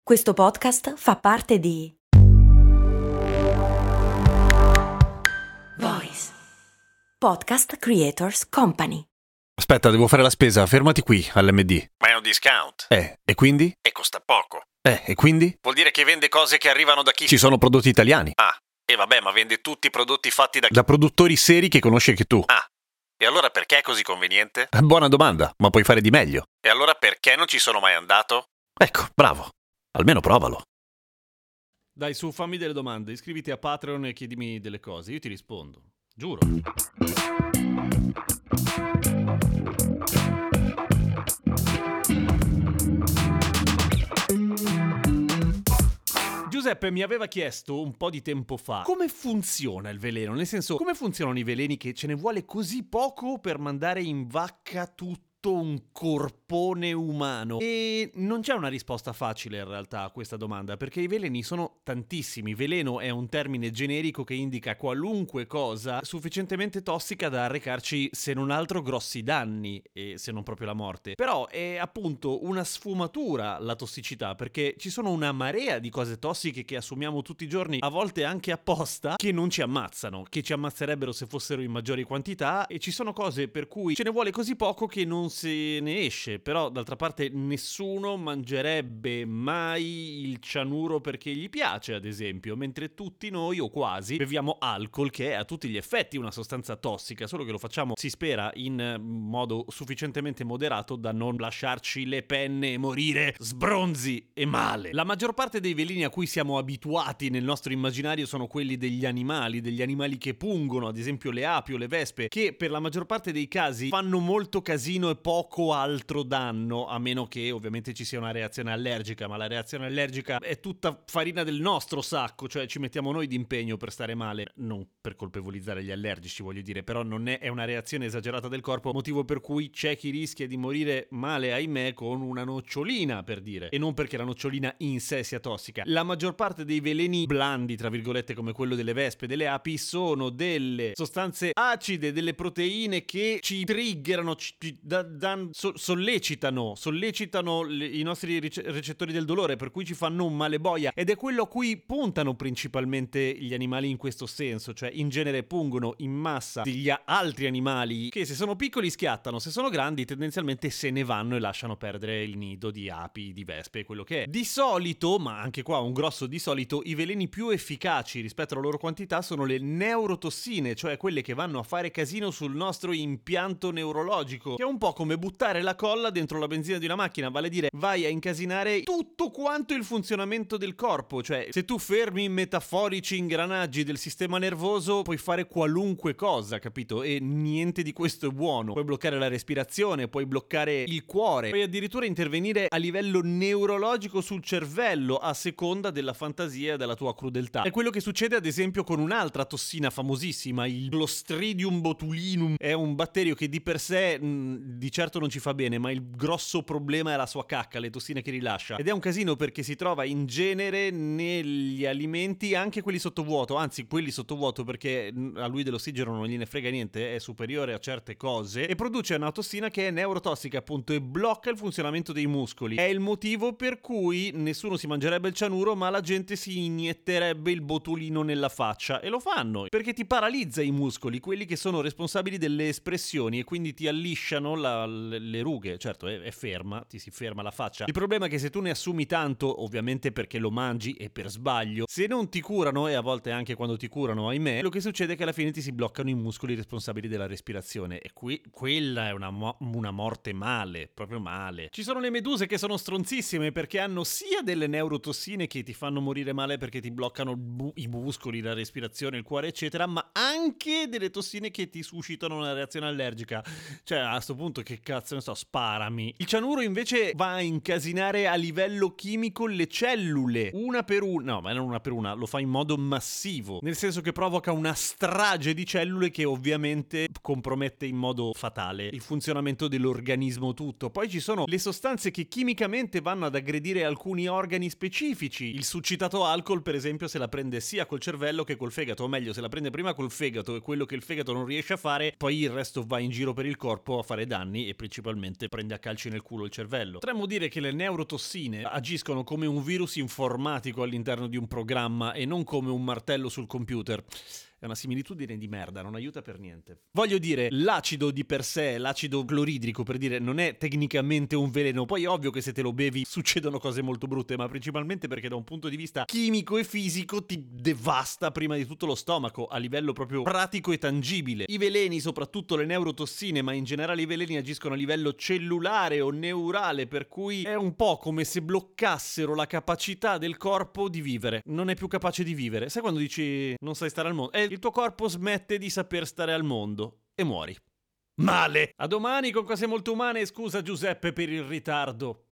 Questo podcast fa parte di Voice Podcast Creators Company. Aspetta, devo fare la spesa, fermati qui all'MD. Ma è un discount. E quindi? E costa poco. E quindi? Vuol dire che vende cose che arrivano da chi? Ci sono prodotti italiani. Ah, e vabbè, ma vende tutti i prodotti fatti da chi? Da produttori seri che conosci anche tu. Ah, e allora perché è così conveniente? Buona domanda, ma puoi fare di meglio. E allora perché non ci sono mai andato? Ecco, bravo. Almeno provalo. Dai, su, fammi delle domande. Iscriviti a Patreon e chiedimi delle cose. Io ti rispondo. Giuro. Giuseppe mi aveva chiesto un po' di tempo fa come funziona il veleno, nel senso, come funzionano i veleni che ce ne vuole così poco per mandare in vacca tutto un corpone umano. E non c'è una risposta facile in realtà a questa domanda, perché i veleni sono tantissimi. Veleno è un termine generico che indica qualunque cosa sufficientemente tossica da arrecarci, se non altro, grossi danni, e se non proprio la morte. Però è appunto una sfumatura la tossicità, perché ci sono una marea di cose tossiche che assumiamo tutti i giorni, a volte anche apposta, che non ci ammazzano, che ci ammazzerebbero se fossero in maggiori quantità, e ci sono cose per cui ce ne vuole così poco che non se ne esce. Però d'altra parte nessuno mangerebbe mai il cianuro perché gli piace, ad esempio, mentre tutti noi, o quasi, beviamo alcol, che è a tutti gli effetti una sostanza tossica, solo che lo facciamo, si spera, in modo sufficientemente moderato da non lasciarci le penne e morire sbronzi e male. La maggior parte dei veleni a cui siamo abituati nel nostro immaginario sono quelli degli animali che pungono, ad esempio le api o le vespe, che per la maggior parte dei casi fanno molto casino e poco altro danno, a meno che ovviamente ci sia una reazione allergica, ma la reazione allergica è tutta farina del nostro sacco, cioè ci mettiamo noi d'impegno per stare male, non per colpevolizzare gli allergici, voglio dire, però non è una reazione esagerata del corpo, motivo per cui c'è chi rischia di morire male, ahimè, con una nocciolina, per dire, e non perché la nocciolina in sé sia tossica. La maggior parte dei veleni blandi, tra virgolette, come quello delle vespe e delle api, sono delle sostanze acide, delle proteine che ci triggerano, sollecitano i nostri recettori del dolore, per cui ci fanno un male boia, ed è quello a cui puntano principalmente gli animali in questo senso, cioè in genere pungono in massa degli altri animali che, se sono piccoli, schiattano, se sono grandi tendenzialmente se ne vanno e lasciano perdere il nido di api, di vespe, quello che è. Di solito, ma anche qua un grosso di solito, i veleni più efficaci rispetto alla loro quantità sono le neurotossine, cioè quelle che vanno a fare casino sul nostro impianto neurologico, che è un po' come buttare la colla dentro la benzina di una macchina, vale a dire vai a incasinare tutto quanto il funzionamento del corpo. Cioè, se tu fermi i metaforici ingranaggi del sistema nervoso, puoi fare qualunque cosa, capito? E niente di questo è buono. Puoi bloccare la respirazione, puoi bloccare il cuore, puoi addirittura intervenire a livello neurologico sul cervello, a seconda della fantasia e della tua crudeltà. È quello che succede ad esempio con un'altra tossina famosissima, il Clostridium botulinum. È un batterio che di per sé di certo non ci fa bene, ma il grosso problema è la sua cacca, le tossine che rilascia. Ed è un casino perché si trova in genere negli alimenti, anche quelli sottovuoto, anzi quelli sottovuoto, perché a lui dell'ossigeno non gliene frega niente, è superiore a certe cose, e produce una tossina che è neurotossica, appunto, e blocca il funzionamento dei muscoli. È il motivo per cui nessuno si mangerebbe il cianuro, ma la gente si inietterebbe il botulino nella faccia, e lo fanno perché ti paralizza i muscoli, quelli che sono responsabili delle espressioni, e quindi ti allisciano le rughe. Certo, è ferma, ti si ferma la faccia. Il problema è che se tu ne assumi tanto, ovviamente perché lo mangi e per sbaglio, se non ti curano, e a volte anche quando ti curano, ahimè, quello che succede è che alla fine ti si bloccano i muscoli responsabili della respirazione, e quella è una morte male, proprio male. Ci sono le meduse che sono stronzissime perché hanno sia delle neurotossine che ti fanno morire male perché ti bloccano i muscoli, la respirazione, il cuore, eccetera, ma anche delle tossine che ti suscitano una reazione allergica. Cioè, a sto punto, che cazzo ne so, sparami. Il cianuro invece va a incasinare a livello chimico le cellule, una per una. No, ma non una per una, lo fa in modo massivo, nel senso che provoca una strage di cellule che ovviamente compromette in modo fatale il funzionamento dell'organismo tutto. Poi ci sono le sostanze che chimicamente vanno ad aggredire alcuni organi specifici. Il succitato alcol, per esempio, se la prende sia col cervello che col fegato, o meglio, se la prende prima col fegato, e quello che il fegato non riesce a fare, poi il resto va in giro per il corpo a fare danni umani e principalmente prende a calci nel culo il cervello. Potremmo dire che le neurotossine agiscono come un virus informatico all'interno di un programma e non come un martello sul computer. È una similitudine di merda, non aiuta per niente. Voglio dire, l'acido di per sé, l'acido cloridrico per dire, non è tecnicamente un veleno. Poi è ovvio che se te lo bevi succedono cose molto brutte, ma principalmente perché da un punto di vista chimico e fisico ti devasta prima di tutto lo stomaco, a livello proprio pratico e tangibile. I veleni, soprattutto le neurotossine, ma in generale i veleni agiscono a livello cellulare o neurale, per cui è un po' come se bloccassero la capacità del corpo di vivere. Non è più capace di vivere. Sai quando dici non sai stare al mondo? Il tuo corpo smette di saper stare al mondo e muori. Male! A domani con cose molto umane e scusa Giuseppe per il ritardo.